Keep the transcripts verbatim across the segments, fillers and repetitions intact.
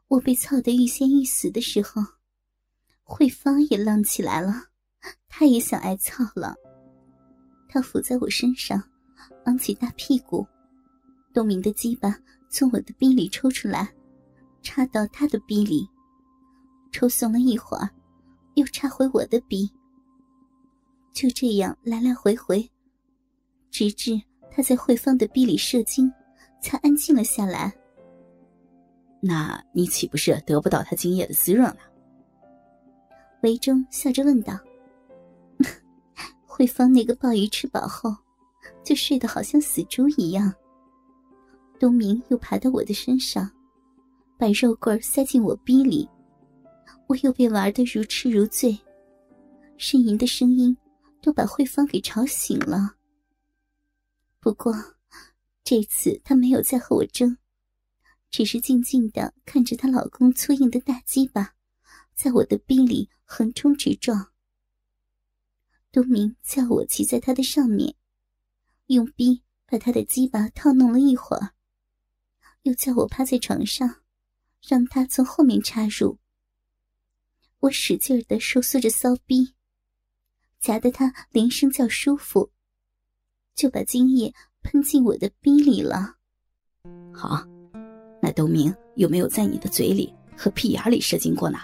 我被操得欲仙欲死的时候，慧芳也浪起来了，她也想挨操了。她伏在我身上，昂起大屁股，东明的鸡巴从我的逼里抽出来，插到他的逼里，抽松了一会儿，又插回我的逼。就这样来来回回，直至他在慧芳的逼里射精，才安静了下来。 那你岂不是得不到他精液的滋润了？ 韦忠笑着问道。慧芳那个鲍鱼吃饱后就睡得好像死猪一样，东明又爬到我的身上，把肉棍塞进我逼里，我又被玩得如痴如醉，呻吟的声音都把慧芳给吵醒了。不过这次她没有再和我争，只是静静地看着她老公粗硬的大鸡巴在我的逼里横冲直撞。东明叫我骑在他的上面，用逼把他的鸡巴套弄了一会儿，又叫我趴在床上，让他从后面插入。我使劲地收缩着骚逼，夹得他连声叫舒服，就把精液喷进我的逼里了。 好，那东明有没有在你的嘴里和屁眼里射精过呢？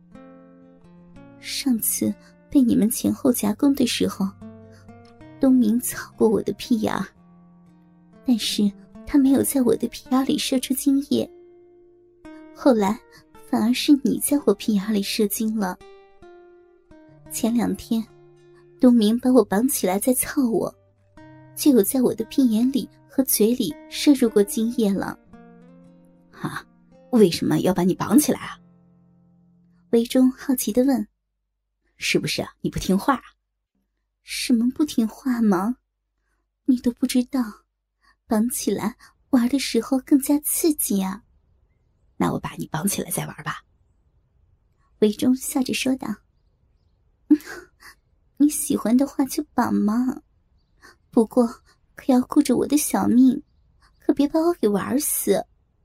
上次被你们前后夹攻的时候，东明操过我的屁眼，但是他没有在我的屁眼里射出精液，后来反而是你在我屁眼里射精了。前两天东明把我绑起来再操我，就有在我的屁眼里和嘴里射入过精液了。 啊，为什么要把你绑起来啊？ 韦忠好奇地问。 是不是你不听话啊？ 什么不听话吗？你都不知道，绑起来玩的时候更加刺激啊。 那我把你绑起来再玩吧。 韦忠笑着说道。你喜欢的话就绑嘛，不过可要顾着我的小命，可别把我给玩死。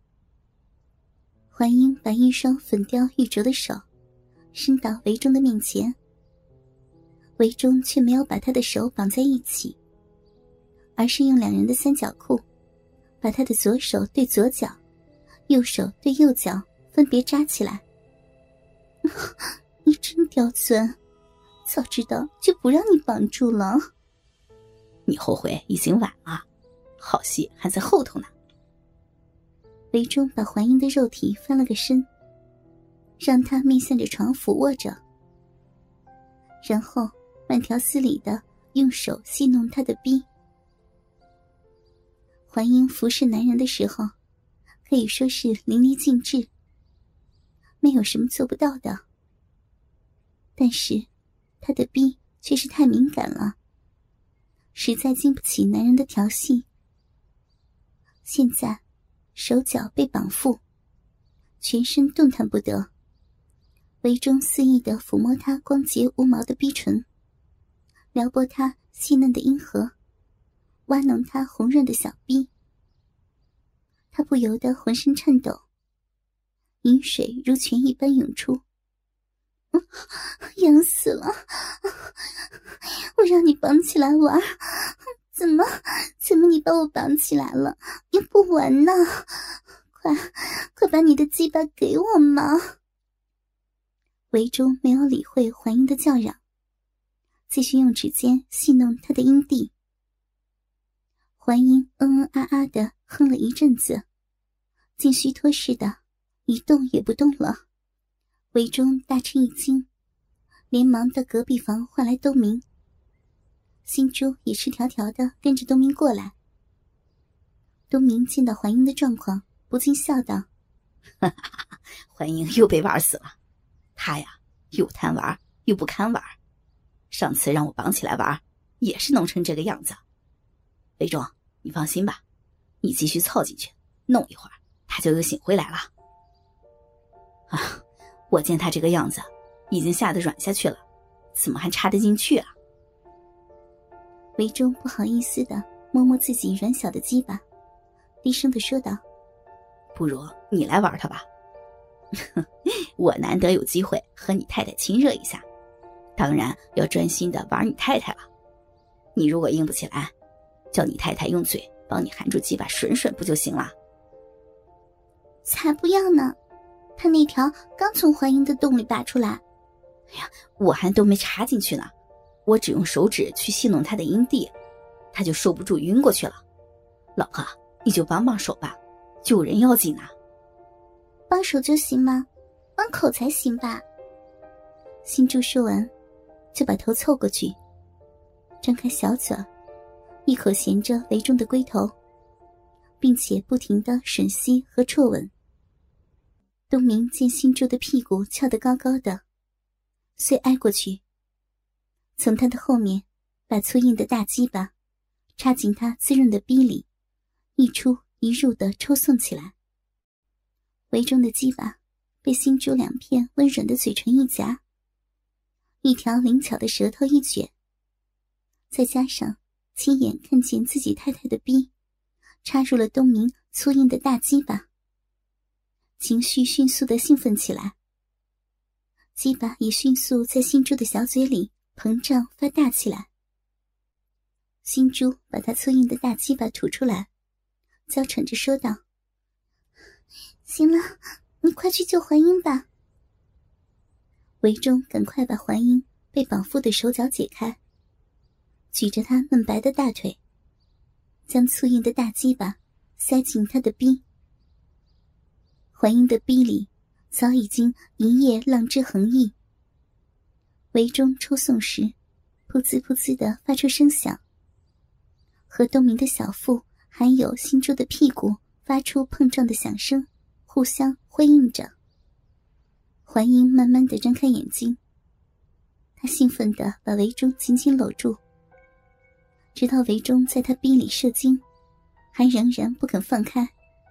环英把一双粉雕玉琢的手伸到韦忠的面前，韦忠却没有把他的手绑在一起，而是用两人的三角裤把他的左手对左脚，右手对右脚分别扎起来。你真刁钻，早知道就不让你绑住了。 你后悔已经晚了，好戏还在后头呢。 韦忠把环英的肉体翻了个身，让他面向着床俯卧着，然后慢条斯理地用手戏弄他的逼。环英服侍男人的时候可以说是淋漓尽致，没有什么做不到的，但是他的逼却是太敏感了，实在经不起男人的调戏。现在手脚被绑缚，全身动弹不得，韦忠肆意地抚摸他光洁无毛的逼唇，撩拨他细嫩的阴核，挖弄他红润的小逼。他不由得浑身颤抖，饮水如泉一般涌出。痒死了，我让你绑起来玩，怎么怎么你把我绑起来了又不玩呢？快快把你的鸡巴给我嘛！韦忠没有理会环英的叫嚷，继续用指尖戏弄他的阴蒂。环英嗯嗯啊啊的哼了一阵子，竟虚脱似的一动也不动了。韦忠大吃一惊，连忙到隔壁房唤来东明。心珠也赤条条的跟着东明过来。东明见到环英的状况，不禁笑道： 环英又被玩死了，他呀又贪玩又不堪玩，上次让我绑起来玩也是弄成这个样子。韦忠，你放心吧，你继续凑进去弄一会儿，他就又醒回来了。啊，我见他这个样子已经吓得软下去了，怎么还插得进去啊？ 韦忠不好意思地摸摸自己软小的鸡巴，低声地说道： 不如你来玩他吧。 我难得有机会和你太太亲热一下，当然要专心的玩你太太了。你如果硬不起来，叫你太太用嘴帮你含住鸡巴吮吮不就行了？ 才不要呢，他那条刚从怀英的洞里拔出来。 哎呀，我还都没插进去呢，我只用手指去戏弄他的阴蒂，他就受不住晕过去了。老婆，你就帮帮手吧，救人要紧啊。 帮手就行吗？帮口才行吧。新珠说完，就把头凑过去，张开小嘴，一口衔着围中的龟头，并且不停地吮吸和啜吻。东明见新珠的屁股翘得高高的，遂挨过去，从他的后面把粗硬的大鸡巴插进他滋润的逼里，一出一入地抽送起来。围中的鸡巴被新珠两片温润的嘴唇一夹，一条灵巧的舌头一卷，再加上亲眼看见自己太太的逼插入了东明粗硬的大鸡巴，情绪迅速地兴奋起来，鸡巴也迅速在新珠的小嘴里膨胀发大起来。新珠把他粗硬的大鸡巴吐出来，娇喘着说道：行了，你快去救怀英吧。韦忠赶快把怀英被绑缚的手脚解开，举着他嫩白的大腿，将粗硬的大鸡巴塞进他的逼。怀英的逼里早已经一夜浪枝横溢，韦忠抽送时噗呲噗呲地发出声响，和东明的小腹还有新珠的屁股发出碰撞的响声，互相辉映着。怀英慢慢地睁开眼睛，他兴奋地把韦忠紧紧搂住，直到韦忠在他逼里射精，还仍然不肯放开。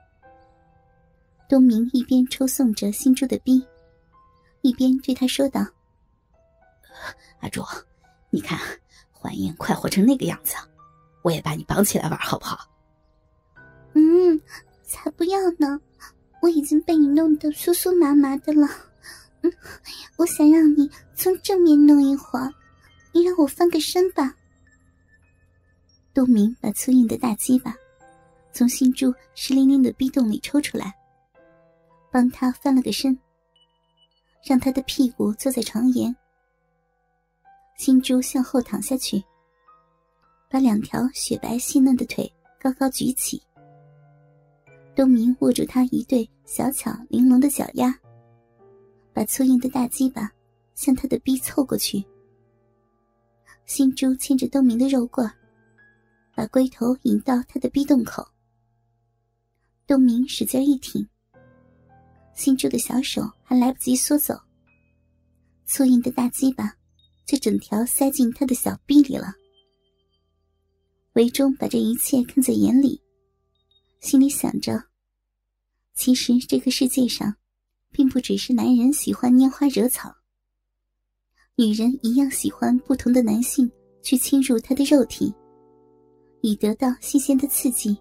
东明一边抽送着新珠的逼，一边对他说道： 阿珠，你看怀英快活成那个样子，我也把你绑起来玩好不好？ 嗯，才不要呢，我已经被你弄得酥酥麻麻的了。嗯，我想让你从正面弄一会儿，你让我翻个身吧。东明把粗硬的大鸡巴从新珠湿淋淋的逼洞里抽出来，帮他翻了个身，让他的屁股坐在床沿。新珠向后躺下去，把两条雪白细嫩的腿高高举起。东明握住他一对小巧玲珑的脚丫，把粗硬的大鸡巴向他的逼凑过去。新珠牵着东明的肉棍，把龟头引到他的逼洞口。东明使劲一挺，新珠的小手还来不及缩走，粗硬的大鸡巴就整条塞进他的小逼里了。韦忠把这一切看在眼里，心里想着，其实这个世界上并不只是男人喜欢拈花惹草，女人一样喜欢不同的男性去侵入她的肉体，以得到新鲜的刺激。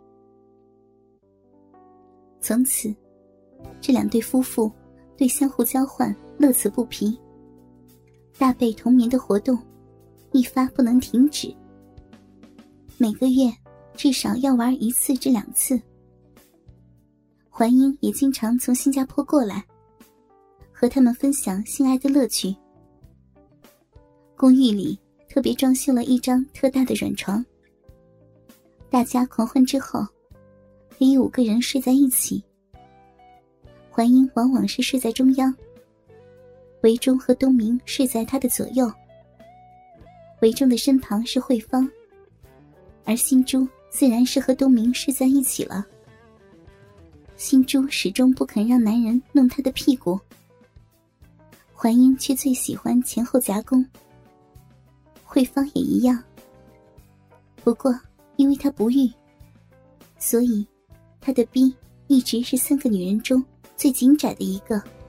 从此这两对夫妇对相互交换乐此不疲，大被同眠的活动一发不能停止，每个月至少要玩一次至两次。怀英也经常从新加坡过来，和他们分享性爱的乐趣。公寓里特别装修了一张特大的软床，大家狂欢之后可以五个人睡在一起。怀英往往是睡在中央，韦忠和东明睡在他的左右，韦忠的身旁是慧芳，而新珠自然是和东明睡在一起了。新珠始终不肯让男人弄她的屁股，怀英却最喜欢前后夹攻，慧芳也一样。不过因为她不育，所以她的逼一直是三个女人中最紧窄的一个。